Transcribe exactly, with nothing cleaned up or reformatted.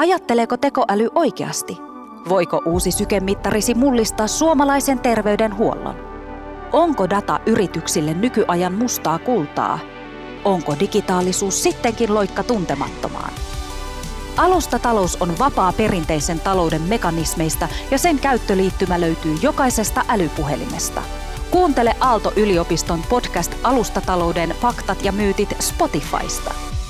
Ajatteleeko tekoäly oikeasti? Voiko uusi sykemittarisi mullistaa suomalaisen terveydenhuollon? Onko data yrityksille nykyajan mustaa kultaa? Onko digitaalisuus sittenkin loikka tuntemattomaan? Alustatalous on vapaa perinteisen talouden mekanismeista ja sen käyttöliittymä löytyy jokaisesta älypuhelimesta. Kuuntele Aalto-yliopiston podcast Alustatalouden faktat ja myytit Spotifysta.